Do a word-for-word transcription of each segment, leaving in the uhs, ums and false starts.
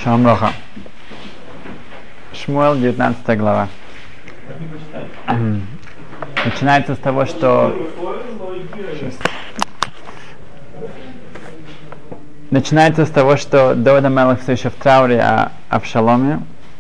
Шалом Роха. Шмуэл, девятнадцатая глава. Начинается с того, что... Начинается с того, что Давид ха-Мелех все еще в трауре о Авшаломе.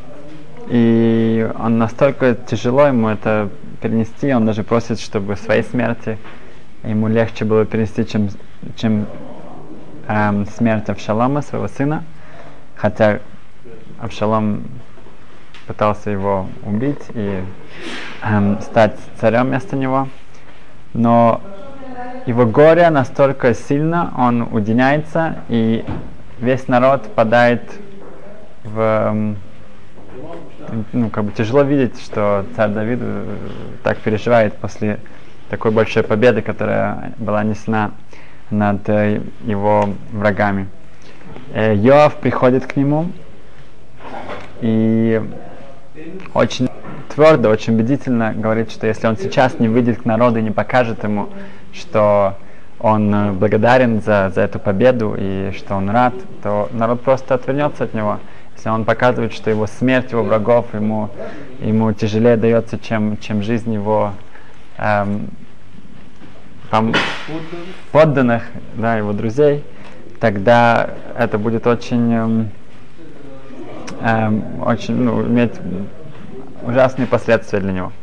И он настолько тяжело ему это перенести, он даже просит, чтобы своей смерти ему легче было перенести, чем, чем эм, смерть Авшалома, своего сына. Хотя Авшалом пытался его убить и эм, стать царем вместо него. Но его горе настолько сильно, он уединяется, и весь народ падает в... Эм, ну, как бы тяжело видеть, что царь Давид так переживает после такой большой победы, которая была несена над э, его врагами. Э, Йоав приходит к нему и очень твердо, очень убедительно говорит, что если он сейчас не выйдет к народу и не покажет ему, что он благодарен за, за эту победу и что он рад, то народ просто отвернется от него. Если он показывает, что его смерть его врагов ему, ему тяжелее дается, чем, чем жизнь его эм, пом- подданных, да, его друзей, тогда это будет очень, эм, эм, очень ну, иметь ужасные последствия для него.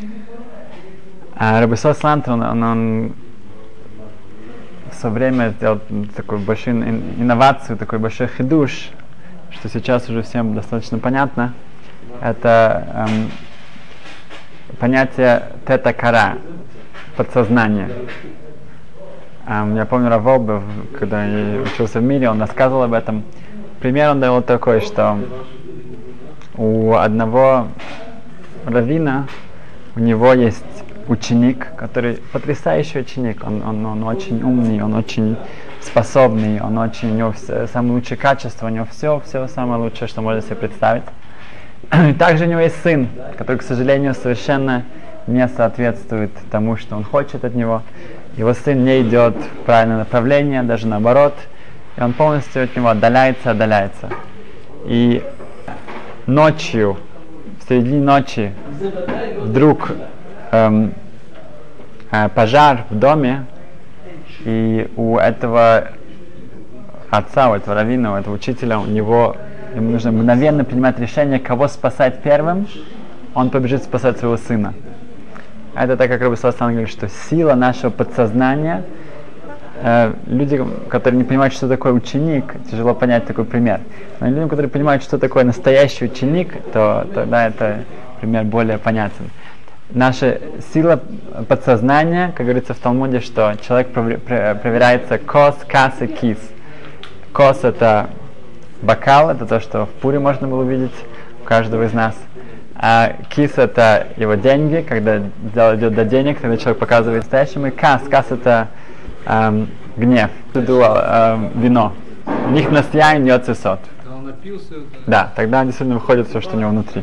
А Раби Исроэль Салантер, он, он, он в свое время сделал такую большую инновацию, такой большой хидуш, что сейчас уже всем достаточно понятно. Это эм, понятие тета-кара, подсознание. Эм, я помню Рав Волбе, когда я учился в мире, он рассказывал об этом. Пример он дал такой, что у одного раввина, у него есть ученик, который потрясающий ученик, он, он, он очень умный, он очень способный, он очень, у него все, самые лучшие качества, у него все, все самое лучшее, что можно себе представить. И также у него есть сын, который, к сожалению, совершенно не соответствует тому, что он хочет от него. Его сын не идет в правильное направление, даже наоборот, и он полностью от него отдаляется, отдаляется. И ночью, в середине ночи, вдруг эм, э, пожар в доме, и у этого отца, у этого раввина, у этого учителя, у него, ему нужно мгновенно принимать решение, кого спасать первым, он побежит спасать своего сына. Это так, как Раби Исроэль Салантер говорит, что сила нашего подсознания, э, люди, которые не понимают, что такое ученик, тяжело понять такой пример. Но людям, которые понимают, что такое настоящий ученик, то тогда это пример более понятен. Наша сила подсознания, как говорится в Талмуде, что человек проверяется кос, кас и кис. Кос — это бокал, это то, что в Пуре можно было увидеть у каждого из нас. А кис — это его деньги, когда дело идет до денег, тогда человек показывает настоящему. И кас, кас — это эм, гнев, эм, вино. У них настяй ньется сот. Да, тогда действительно выходит все, что у него внутри.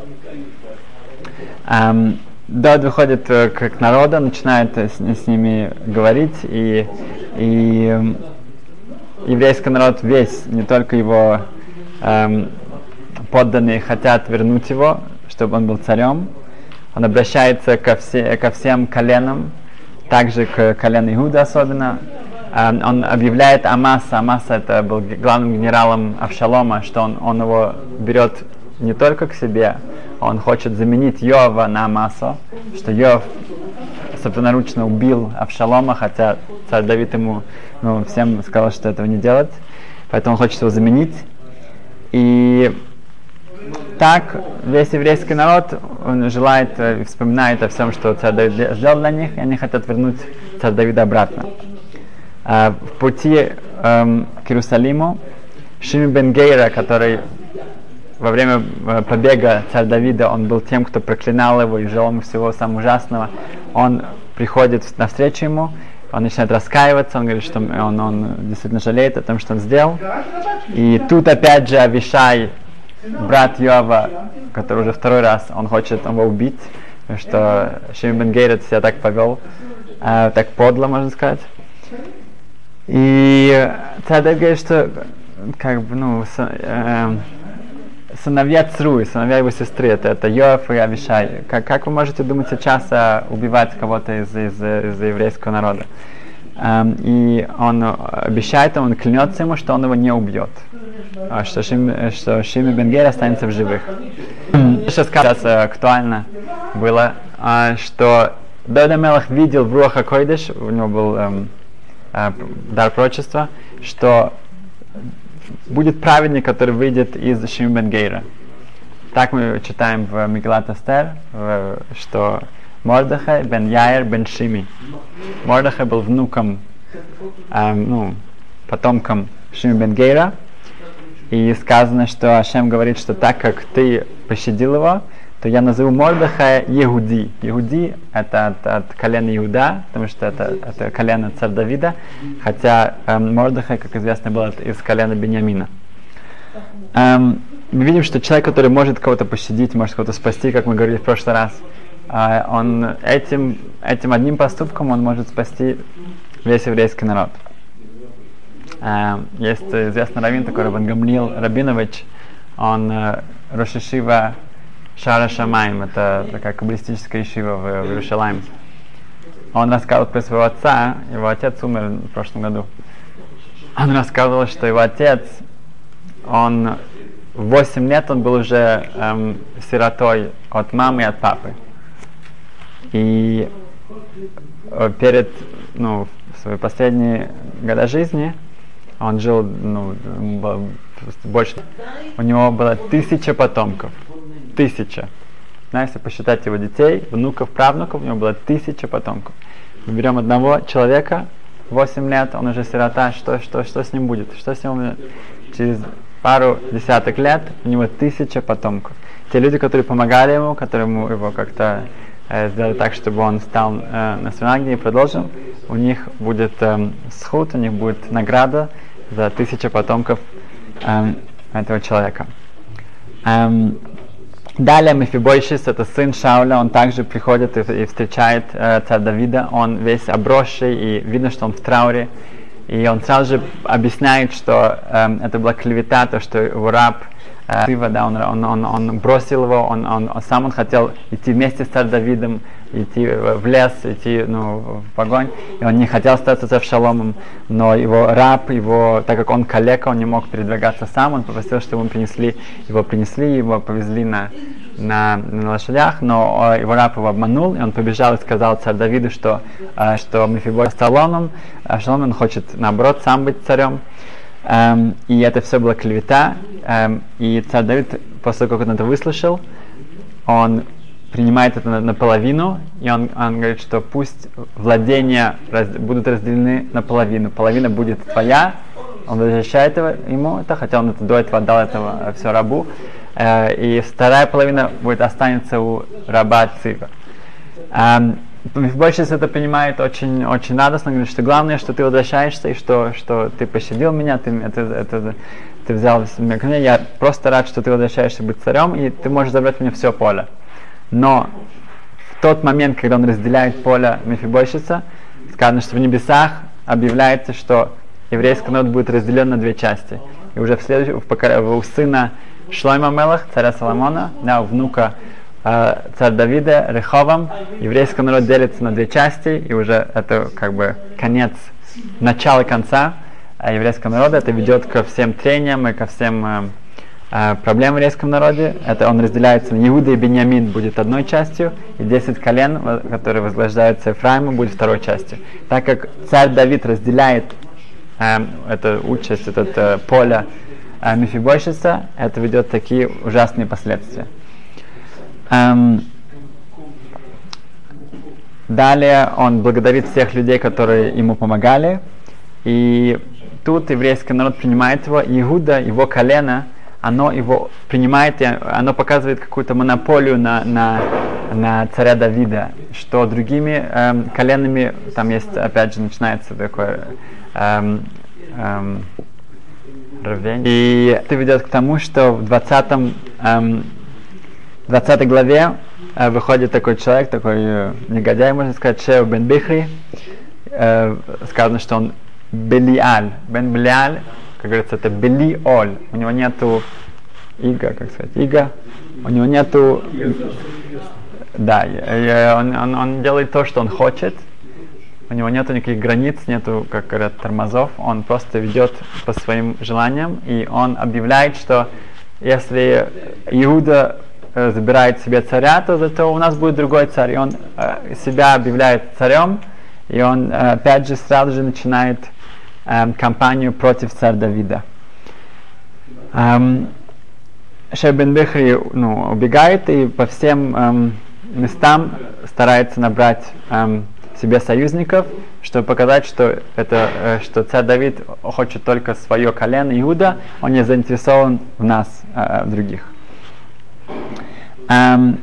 Эм, Давид выходит к, к народу, начинает с, с ними говорить, и, и еврейский народ весь, не только его эм, подданные, хотят вернуть его, чтобы он был царем. Он обращается ко, все, ко всем коленам, также к колену Иуда особенно. Эм, он объявляет Амаса. Амаса это был главным генералом Авшалома, что он, он его берет не только к себе, он хочет заменить Йоава на Амасу, что Йоав собственноручно убил Авшалома, хотя царь Давид ему ну, всем сказал, что этого не делать, поэтому он хочет его заменить. И так весь еврейский народ он желает и вспоминает о всем, что царь Давид сделал для них, и они хотят вернуть царя Давида обратно. А в пути эм, к Иерусалиму Шими бен Гейра, который во время э, побега царя Давида, он был тем, кто проклинал его и желал ему всего самого ужасного. Он приходит навстречу ему, он начинает раскаиваться, он говорит, что он, он действительно жалеет о том, что он сделал. И тут опять же Авишай, брат Йоава, который уже второй раз, он хочет его убить, потому что Шими бен Гейра себя так повел, э, так подло, можно сказать. И царь Давид говорит, что как бы, ну, с, э, сыновья Цруи, сыновья его сестры, это, это Йоав и Авишай. Как, как вы можете думать сейчас э, убивать кого-то из, из, из еврейского народа? Um, и он обещает ему, он клянется ему, что он его не убьет, а что, Шим, что Шими бен Гера останется в живых. Сейчас актуально было, а, что Давид ха-Мелех видел в Руах ха-Койдеш, у него был эм, э, дар пророчества, что будет праведник, который выйдет из Шими бен Гера. Так мы читаем в Мегилат Эстер, что Мордехай бен Яир бен Шими. Мордехай был внуком, эм, ну, потомком Шими бен Гейра. И сказано, что Ашем говорит, что так как ты пощадил его, то я назову Мордехая Егуди. Егуди это от, от колена Иуда, потому что это, это колено царя Давида, хотя эм, Мордехай, как известно, был из колена Беньямина. Эм, мы видим, что человек, который может кого-то пощадить, может кого-то спасти, как мы говорили в прошлый раз, он этим, этим одним поступком он может спасти весь еврейский народ. Есть известный раввин такой, Рабан Гамлиил Рабинович, он рош йешива Шара Шамаим, это такая каббалистическая йешива в, в Иерусалиме. Он рассказывал про своего отца, его отец умер в прошлом году. Он рассказывал, что его отец, он в восемь лет он был уже эм, сиротой от мамы и от папы. И перед, ну, в свои последние годы жизни он жил, ну, больше, у него было тысяча потомков, тысяча. Знаете, если посчитать его детей, внуков, правнуков, у него было тысяча потомков. Мы берем одного человека, восемь лет, он уже сирота, что, что, что с ним будет? Что с ним через пару десяток лет, у него тысяча потомков. Те люди, которые помогали ему, которые ему его как-то сделали так, чтобы он стал э, на Свинагне и продолжил, у них будет э, схуд, у них будет награда за тысячу потомков э, этого человека. Эм, далее Мефибойшис, это сын Шауля, он также приходит и, и встречает э, царя Давида, он весь обросший, и видно, что он в трауре, и он сразу же объясняет, что э, это была клевета, то, что его раб Да, он, он, он, он бросил его, он, он, он сам он хотел идти вместе с царем Давидом, идти в лес, идти, ну, в огонь, и он не хотел остаться с Авшаломом, но его раб, его, так как он калека, он не мог передвигаться сам, он попросил, чтобы ему принесли, его принесли, его повезли на, на, на лошадях, но его раб его обманул, и он побежал и сказал царю Давиду, что, что Мефибойшет с Авшаломом, Авшалом он хочет, наоборот, сам быть царем. Um, и это все была клевета. Um, и царь Давид, после того, как он это выслушал, он принимает это наполовину, и он, он говорит, что пусть владения раз, будут разделены наполовину. Половина будет твоя, он возвращает его, ему это, хотя он это, до этого отдал этого все рабу. Uh, и вторая половина будет останется у раба Цива. Um, Мефибойшет это понимает очень, очень радостно, говорит, что главное, что ты возвращаешься, и что, что ты пощадил меня, ты, это, это, ты взял меня ко мне, я просто рад, что ты возвращаешься быть царем, и ты можешь забрать мне все поле. Но в тот момент, когда он разделяет поле Мефибойшета, сказано, что в небесах объявляется, что еврейский народ будет разделен на две части. И уже в следующем, в, у сына Шлойма Мелех, царя Соломона, да, у внука царь Давида, Реховам, еврейский народ делится на две части, и уже это как бы конец, начало конца еврейского народа. Это ведет ко всем трениям и ко всем э, э, проблемам в еврейском народе. Это он разделяется на Иуда и Беньямин будет одной частью, и десять колен, которые возглавляются Ефраиму, будет второй частью. Так как царь Давид разделяет э, эту участь, это э, поле э, Мефибойшета, это ведет такие ужасные последствия. Um, далее он благодарит всех людей, которые ему помогали, и тут еврейский народ принимает его, Иуда, его колено, оно его принимает, и оно показывает какую-то монополию на, на, на царя Давида, что другими эм, коленами, там есть, опять же, начинается такое эм, эм, рвение, и это ведет к тому, что в двадцатом эм, В двадцатой главе э, выходит такой человек, такой э, негодяй, можно сказать, Шеу бен Бихри. Э, сказано, что он Белиаль. Бен Белиаль, как говорится, это бели оль. У него нету иго, как сказать, иго. У него нету... Да, он, он, он делает то, что он хочет. У него нету никаких границ, нету, как говорят, тормозов. Он просто ведет по своим желаниям. И он объявляет, что если Иуда э, забирает себе царя, то зато у нас будет другой царь. И он э, себя объявляет царем. И он э, опять же сразу же начинает э, кампанию против царя Давида. Эм, Шея бен Бихри ну, убегает и по всем эм, местам старается набрать эм, себе союзников, чтобы показать, что, это, э, что царь Давид хочет только свое колено Иуда, он не заинтересован в нас, э, в других. Эм,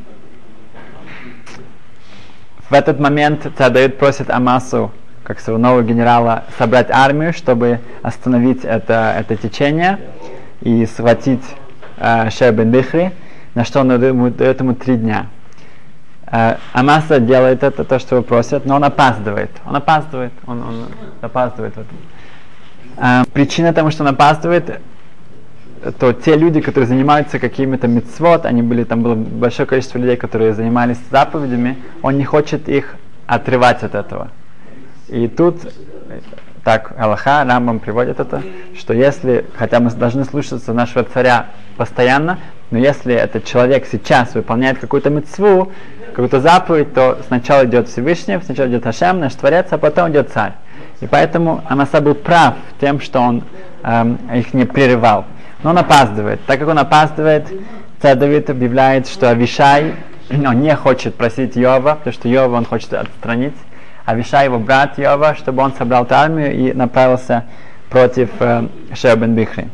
в этот момент царь Давид просит Амасу, как своего нового генерала, собрать армию, чтобы остановить это, это течение и схватить э, Шея бен Бихри, на что он дает ему три дня. Uh, Амаса делает это, то, что его просят, но он опаздывает. Он опаздывает, он, он опаздывает в этом. Uh, причина тому, что он опаздывает, то те люди, которые занимаются какими-то мицвот, они были, там было большое количество людей, которые занимались заповедями, он не хочет их отрывать от этого. И тут, так Аллаха, Рамбам приводит это, что если, хотя мы должны слушаться нашего царя постоянно, но если этот человек сейчас выполняет какую-то мицву, какую-то заповедь, то сначала идет Всевышний, сначала идет Хашем, наш Творец, а потом идет царь. И поэтому Амаса был прав тем, что он эм, их не прерывал. Но он опаздывает. Так как он опаздывает, царь Давид объявляет, что Авишай, он не хочет просить Йова, потому что Йова он хочет отстранить. Авишай, его брат Йова, чтобы он собрал армию и направился против э, Шея бен Бихри.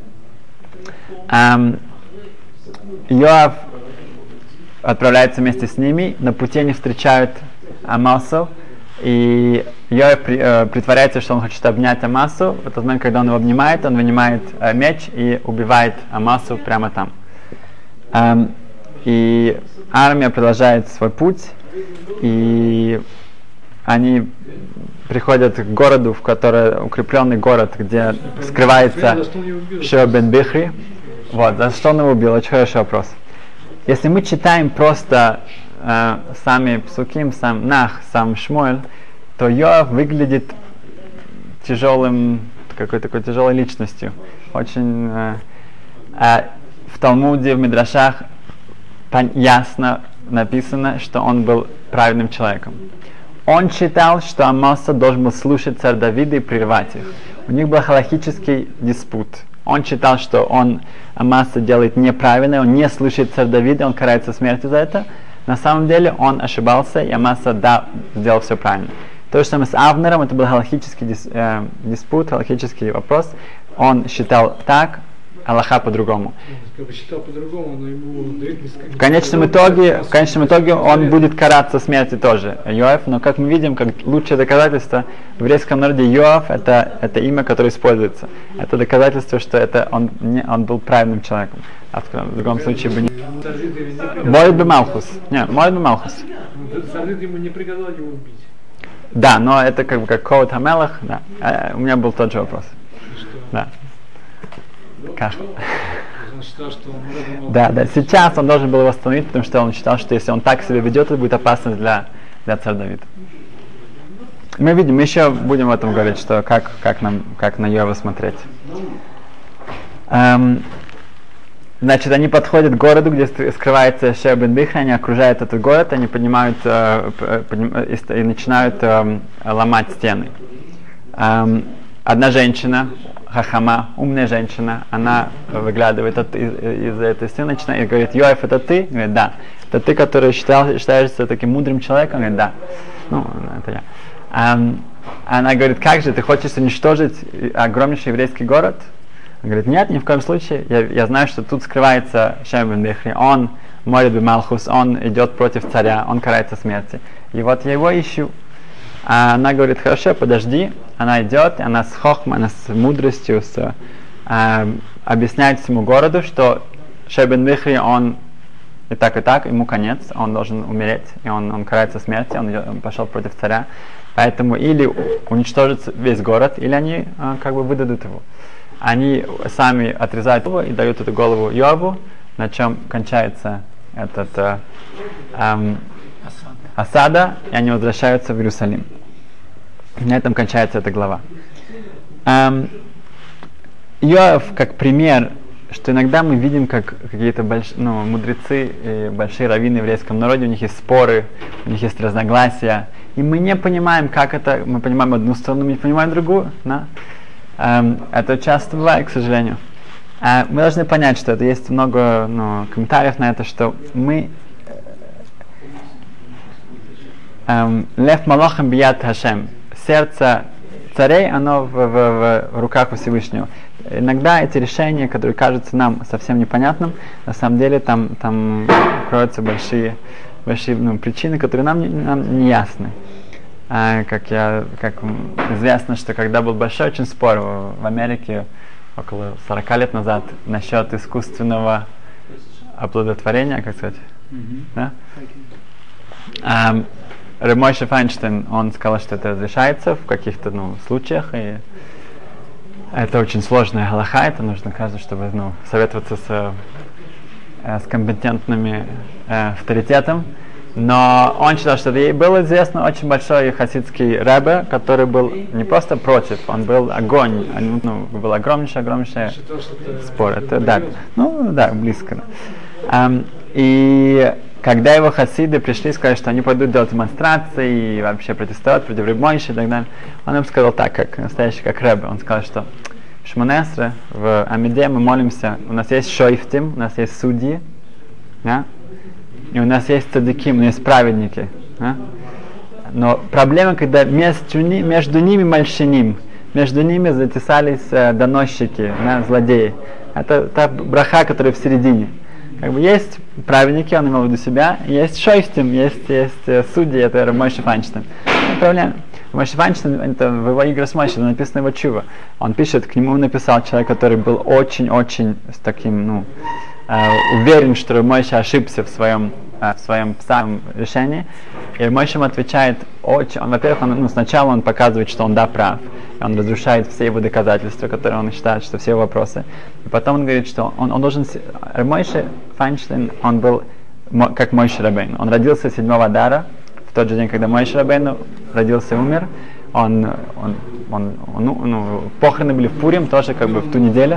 Эм, Йоав отправляется вместе с ними, на пути они встречают Амасу, и Йоав при, э, притворяется, что он хочет обнять Амасу. В тот момент, когда он его обнимает, он вынимает э, меч и убивает Амасу прямо там. Эм, и армия продолжает свой путь, и они приходят к городу, в который укрепленный город, где скрывается Шея бен Бихри. Вот, за что он его убил? Очень хороший вопрос. Если мы читаем просто э, сами Псуким, сам Нах, сам Шмуэль, то Йоав выглядит тяжелым, какой-то такой тяжелой личностью. Очень э, э, в Талмуде, в Мидрашах пон- ясно написано, что он был праведным человеком. Он считал, что Амаса должен был слушать царя Давида и прервать их. У них был халахический диспут. Он считал, что он, Амаса, делает неправильно, он не слушает царя Давида, он карается смертью за это. На самом деле он ошибался, и Амаса, да, сделал все правильно. То же самое с Авнером, это был халахический дис, э, диспут, халахический вопрос. Он считал так, Аллаха по-другому. Считал по-другому, но ему дают несколько... В конечном итоге, в конечном итоге он будет караться смертью тоже, Йоав, но как мы видим, как лучшее доказательство в еврейском народе Йоав это, это имя, которое используется. Это доказательство, что это он, не, он был правильным человеком. А в другом случае бы не... Может бы Малхус. Нет, может бы Малхус. Сардит ему не приказал его убить. Да, но это как бы как Коут Хамелах, да. А, у меня был тот же вопрос. Да. Каша. Да, да. Сейчас он должен был восстановить, потому что он считал, что если он так себя ведет, это будет опасность для, для царя Давида. Мы видим, мы еще будем об этом говорить, что как, как, нам, как на Йова смотреть. Эм, значит, они подходят к городу, где скрывается Шея бен Бихри, они окружают этот город, они поднимают э, подним, и, и начинают э, ломать стены. Эм, одна женщина, Хахама, умная женщина, она выглядывает от, из, из этой стены и говорит: Йоав, это ты? Говорит: да. Это ты, который считал, считаешься таким мудрым человеком? Говорит: да. Ну, это я. Um, она говорит: как же, ты хочешь уничтожить огромнейший еврейский город? Он говорит: нет, ни в коем случае. Я, я знаю, что тут скрывается Шея бен Бихри. Он, Морид бен Малхус, он идет против царя, он карается смерти. И вот я его ищу. А она говорит: хорошо, подожди. Она идет, и она с хохмой, она с мудростью, с, э, объясняет всему городу, что Шея бен Бихри, он и так, и так, ему конец, он должен умереть, и он, он карается смертью, он, идет, он пошел против царя. Поэтому или уничтожится весь город, или они э, как бы выдадут его. Они сами отрезают его и дают эту голову Йоаву, на чем кончается этот э, эм, осада, и они возвращаются в Иерусалим. На этом кончается эта глава. Эм, Йоав как пример, что иногда мы видим, как какие-то больш... ну, мудрецы и большие раввины в еврейском народе, у них есть споры, у них есть разногласия, и мы не понимаем, как это, мы понимаем одну сторону, мы не понимаем другую. Да? Эм, это часто бывает, к сожалению. Э, мы должны понять, что это есть много ну, комментариев на это, что мы эм, Лев Малохам Бият Хашем, сердце царей, оно в, в, в руках у Всевышнего. Иногда эти решения, которые кажутся нам совсем непонятным, на самом деле там, там кроются большие, большие ну, причины, которые нам не, нам не ясны. А, как, я, как известно, что когда был большой очень спор в, в Америке около сорока лет назад насчет искусственного оплодотворения, как сказать, mm-hmm. да? а, Рeb Мойше Файнштейн, он сказал, что это разрешается в каких-то ну, случаях, и это очень сложная галаха, это нужно каждый, чтобы ну, советоваться с, э, с компетентными э, авторитетом. Но он считал, что был известно очень большой хасидский ребе, который был не просто против, он был огонь, ну, был огромнейший, огромнейший спор. Это, да, ну да, близко. Um, и когда его хасиды пришли и сказали, что они пойдут делать демонстрации и вообще протестовать против Рeb Мойше и так далее, он им сказал так, как настоящий, как ребе. Он сказал, что в Шмоне Эсре, в Амиде мы молимся, у нас есть шойфтим, у нас есть судьи, да? И у нас есть цадиким, у нас есть праведники. Да? Но проблема, когда между, между ними мальшиним, между ними затесались э, доносчики, да, злодеи. Это та браха, которая в середине. Как бы есть праведники, он имел в виду себя, есть шойфтим, есть, есть э, судьи, это Рeb Мойше Файнштейн. Проблема. Мойше Файнштейн, это в его играх с Мойше, написано его чува. Он пишет, к нему написал человек, который был очень-очень с таким, ну, э, уверен, что Рeb Мойше ошибся в своем, э, в своем самом решении. И Рeb Мойше ему отвечает, очень, он, во-первых, он, ну, сначала он показывает, что он да прав, и он разрушает все его доказательства, которые он считает, что все его вопросы. И потом он говорит, что он, он должен... Рeb Мойше Файнштейн, он был как Мойше Рабейну. Он родился седьмого Адара, в тот же день, когда Мойше Рабейну родился и умер. Он, он, он, он ну, ну, похороны были в Пурим, тоже как бы в ту неделю.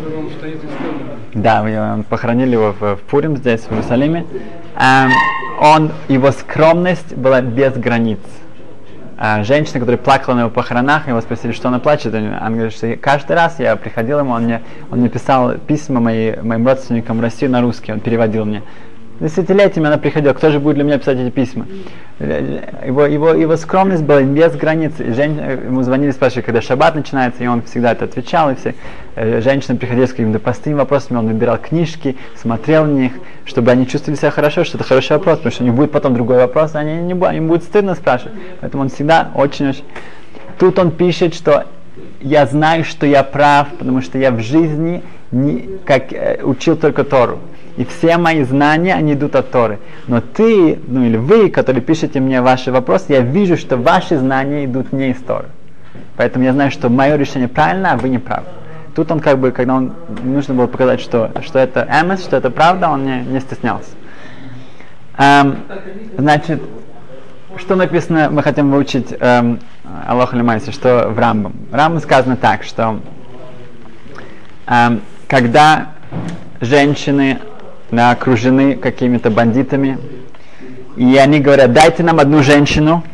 Да, он похоронили его в, в Пурим здесь, в Иерусалиме. Um, он, его скромность была без границ. Uh, женщина, которая плакала на его похоронах, его спросили, что она плачет. Она говорит, что каждый раз я приходил ему, он мне, он мне писал письма мои, моим родственникам в Россию на русский, он переводил мне. Десятилетиями она приходила, кто же будет для меня писать эти письма? Его, его, его скромность была без границ. Жен... Ему звонили, спрашивали, когда шаббат начинается, и он всегда это отвечал. И все. Женщины приходили с какими-то простыми вопросами, он выбирал книжки, смотрел в них, чтобы они чувствовали себя хорошо, что это хороший вопрос, потому что у них будет потом другой вопрос, они не будут, им будет стыдно спрашивать. Поэтому он всегда очень-очень... Тут он пишет, что я знаю, что я прав, потому что я в жизни не, как, э, учил только Тору. И все мои знания, они идут от Торы. Но ты, ну или вы, которые пишете мне ваши вопросы, я вижу, что ваши знания идут не из Торы. Поэтому я знаю, что мое решение правильно, а вы не правы. Тут он как бы, когда он нужно было показать, что, что это эмес, что это правда, он не, не стеснялся. Эм, значит, что написано, мы хотим выучить эм, Алоха Лемайси, что в Рамбам. В Рамбам сказано так, что эм, когда женщины да, окружены какими-то бандитами, и они говорят, дайте нам одну женщину,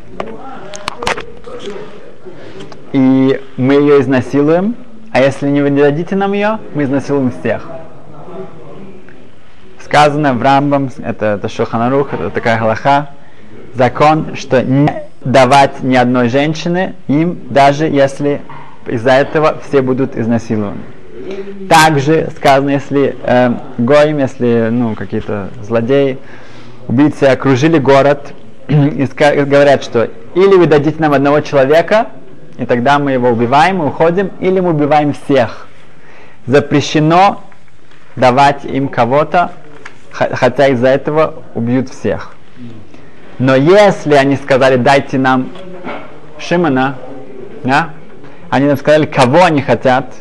и мы ее изнасилуем, а если не вы не дадите нам ее, мы изнасилуем всех. Сказано в Рамбам, это, это Шулхан Арух, это такая галаха, закон, что не давать ни одной женщины им, даже если из-за этого все будут изнасилованы. Также сказано, если э, гоим, если ну, какие-то злодеи, убийцы окружили город и ска- говорят, что или вы дадите нам одного человека, и тогда мы его убиваем, мы уходим, или мы убиваем всех. Запрещено давать им кого-то, хотя из-за этого убьют всех. Но если они сказали, дайте нам Шимона, да? Они нам сказали, кого они хотят,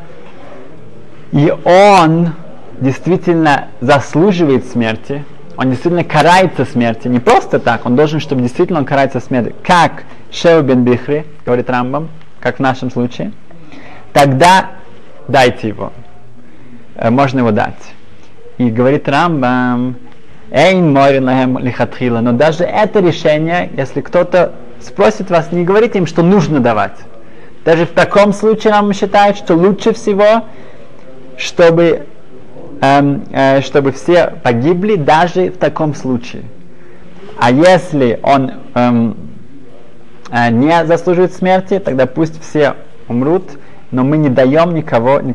и он действительно заслуживает смерти, он действительно карается смерти, не просто так, он должен, чтобы действительно он карается смерти, как Шеу бен Бихри, говорит Рамбам, как в нашем случае, тогда дайте его, можно его дать. И говорит Рамбам, Эйн морин лахем лихатхила, но даже это решение, если кто-то спросит вас, не говорите им, что нужно давать. Даже в таком случае Рамбам считает, что лучше всего, чтобы, эм, э, чтобы все погибли, даже в таком случае. А если он эм, э, не заслуживает смерти, тогда пусть все умрут, но мы не даем никого, не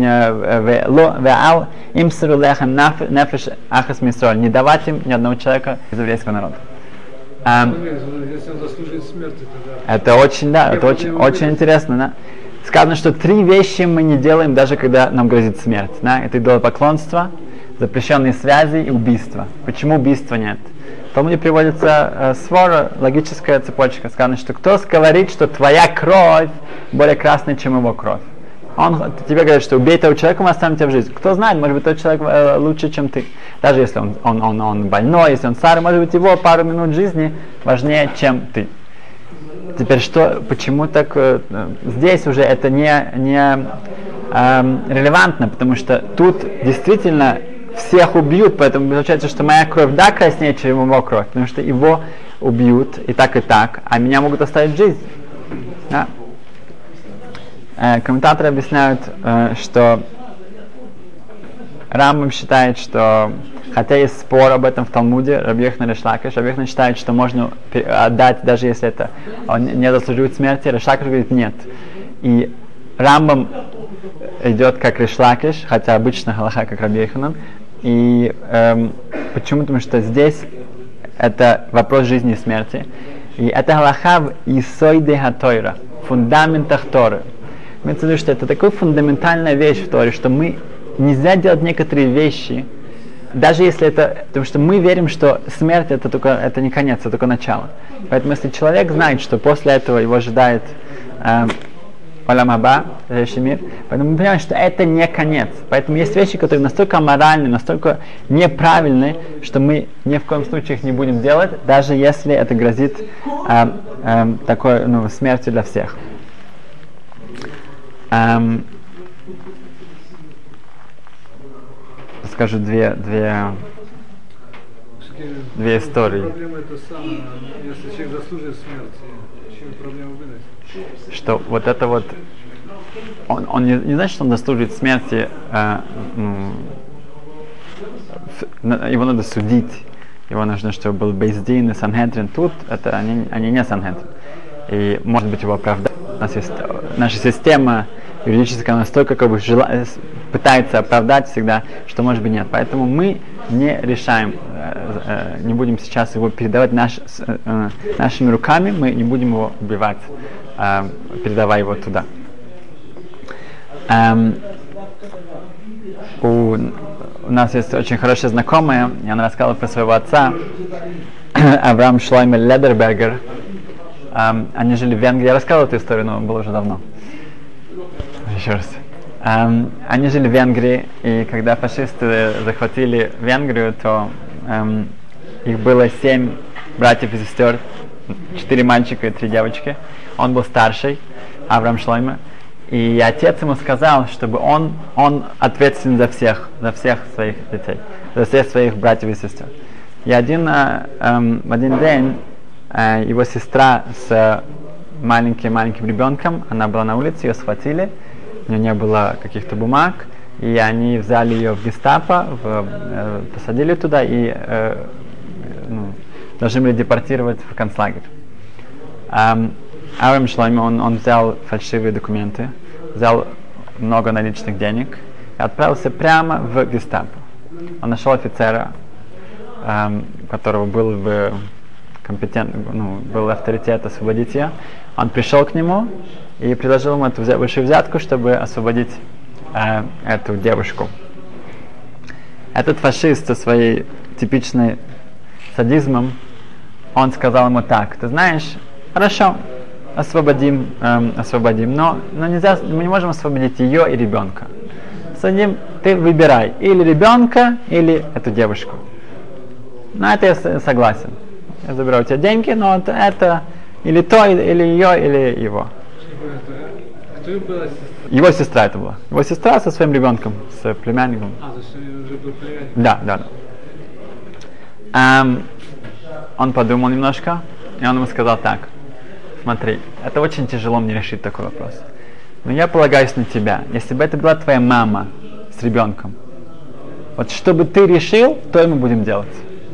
давать им ни одного человека из еврейского народа. Um, Если он заслуживает смерти, тогда... Это очень, да, это очень, очень интересно, да. Сказано, что три вещи мы не делаем, даже когда нам грозит смерть. Да? Это идолопоклонство, запрещенные связи и убийство. Почему убийства нет? В Талмуде приводится э, свора, логическая цепочка. Сказано, что кто говорит, что твоя кровь более красная, чем его кровь. Он тебе говорит, что убей того человека, мы оставим тебя в жизни. Кто знает, может быть, тот человек э, лучше, чем ты. Даже если он, он, он, он больной, если он старый, может быть, его пару минут жизни важнее, чем ты. Теперь что, почему так э, здесь уже это не, не э, релевантно, потому что тут действительно всех убьют, поэтому получается, что моя кровь да краснее, чем его кровь, потому что его убьют и так, и так, а меня могут оставить жизнь. Да? Э, комментаторы объясняют, э, что Рамбам считает, что хотя есть спор об этом в Талмуде, Раби Йоханан Рейш Лакиш, Раби Йоханан считает, что можно отдать, даже если это он не заслуживает смерти, Рейш Лакиш говорит нет. И Рамбам идет как Рейш Лакиш, хотя обычно галаха как Раби Йоханан. И эм, почему? Потому что здесь это вопрос жизни и смерти. И это галаха в Исойде ха-Тойра, в фундаментах Торы. Имеется в виду, что это такая фундаментальная вещь в Торе, что мы нельзя делать некоторые вещи, даже если это, потому что мы верим, что смерть это только, это не конец, это только начало. Поэтому если человек знает, что после этого его ожидает Олам Хаба, следующий мир, поэтому мы понимаем, что это не конец. Поэтому есть вещи, которые настолько аморальны, настолько неправильны, что мы ни в коем случае их не будем делать, даже если это грозит э, э, такой, ну, смертью для всех. Эм, Скажу две, две, две истории. Проблема это самое, если человек заслуживает смерти, чем проблема выдать? Что вот это вот, он, он не, не значит, что он заслуживает смерти, э, ну, в, его надо судить, его нужно, чтобы был Бейздин и Санхедрин. Тут это они, они не Санхедрин. И может быть его оправдать. У нас есть наша система юридическая настолько как бы жела, пытается оправдать всегда, что может быть нет. Поэтому мы не решаем, э, э, не будем сейчас его передавать наш, э, нашими руками, мы не будем его убивать, э, передавая его туда. Эм, у, у нас есть очень хорошая знакомая, и она рассказала про своего отца, Авраам Шлоймер Ледербергер. Эм, они жили в Венгрии. Я рассказывал эту историю, но было уже давно. Еще раз. Um, они жили в Венгрии, и когда фашисты захватили Венгрию, то um, их было семь братьев и сестер, четыре мальчика и три девочки. Он был старший, Авраам Шлоймер, и отец ему сказал, чтобы он, он ответственен за всех, за всех своих детей, за всех своих братьев и сестер. И один, um, в один день uh, его сестра с маленьким-маленьким ребенком, она была на улице, ее схватили, у нее не было каких-то бумаг, и они взяли ее в гестапо, в, э, посадили туда и э, ну, должны были депортировать в концлагерь. Um, Авраам Шлоймер, он, он взял фальшивые документы, взял много наличных денег и отправился прямо в гестапо. Он нашел офицера, um, у которого был бы компетент, ну, был авторитет освободить ее. Он пришел к нему и предложил ему эту взя- большую взятку, чтобы освободить э, эту девушку. Этот фашист со своей типичной садизмом, он сказал ему так: ты знаешь, хорошо, освободим, эм, освободим, но, но нельзя, мы не можем освободить ее и ребенка. Садим, ты выбирай, или ребенка, или эту девушку. На это я согласен. Я заберу у тебя деньги, но это, это или то, или ее, или его. Его сестра это была. Его сестра со своим ребенком, с племянником. А, то есть уже был племянник? Да, да, да. Эм, он подумал немножко, и он ему сказал так: смотри, это очень тяжело мне решить такой вопрос. Но я полагаюсь на тебя. Если бы это была твоя мама с ребенком, вот что бы ты решил, то и мы будем делать.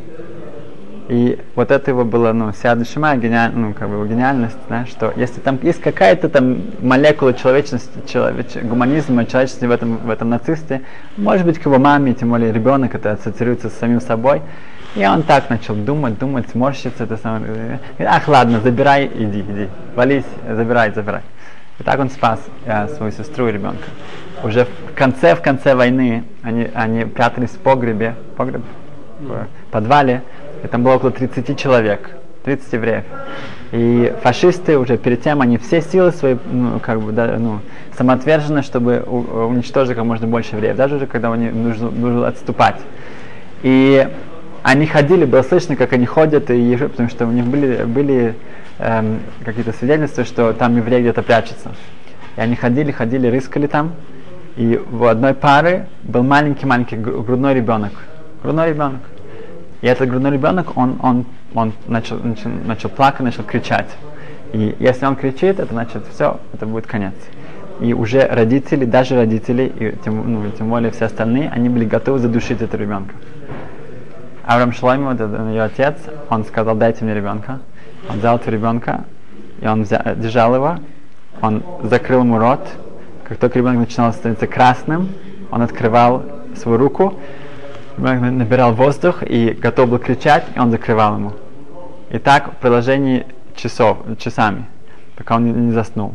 И вот это его было, ну, Сиада Шимай, гениаль, ну, как бы его гениальность, да, что если там есть какая-то там молекула человечности, человеч, гуманизма, человечности в этом, в этом нацисте, может быть, к его маме, тем более ребенок, это ассоциируется с самим собой. И он так начал думать, думать, морщиться, это самое. Ах, ладно, забирай, иди, иди, вались, забирай, забирай. И так он спас э, свою сестру и ребенка. Уже в конце, в конце войны они, они прятались в погребе, погреб, в подвале, и там было около тридцати человек, тридцать евреев. И фашисты уже перед тем, они все силы свои, ну, как бы, да, ну, самоотвержены, чтобы у, уничтожить как можно больше евреев, даже уже когда они нужно, нужно отступать. И они ходили, было слышно, как они ходят, и, потому что у них были, были эм, какие-то свидетельства, что там евреи где-то прячутся. И они ходили, ходили, рыскали там, и в одной пары был маленький-маленький грудной ребенок. Грудной ребенок. И этот грудной ребенок, он, он, он начал, начал, начал плакать, начал кричать. И если он кричит, это значит все, это будет конец. И уже родители, даже родители, и тем, ну, тем более все остальные, они были готовы задушить этого ребенка. Авраам Шлоймо, вот ее отец, он сказал: дайте мне ребенка. Он взял этого ребенка, и он взял, держал его, он закрыл ему рот. Как только ребенок начинал становиться красным, он открывал свою руку, ребенок набирал воздух и готов был кричать, и он закрывал ему. И так в продолжении часов, часами, пока он не, не заснул.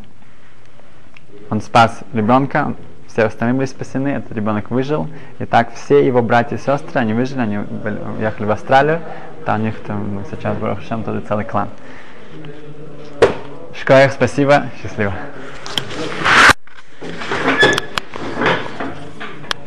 Он спас ребенка, все остальные были спасены, этот ребенок выжил. И так все его братья и сестры, они выжили, они были, уехали в Австралию, там у них там сейчас, Барух Ашем, тоже целый клан. Шкоях, спасибо, счастливо.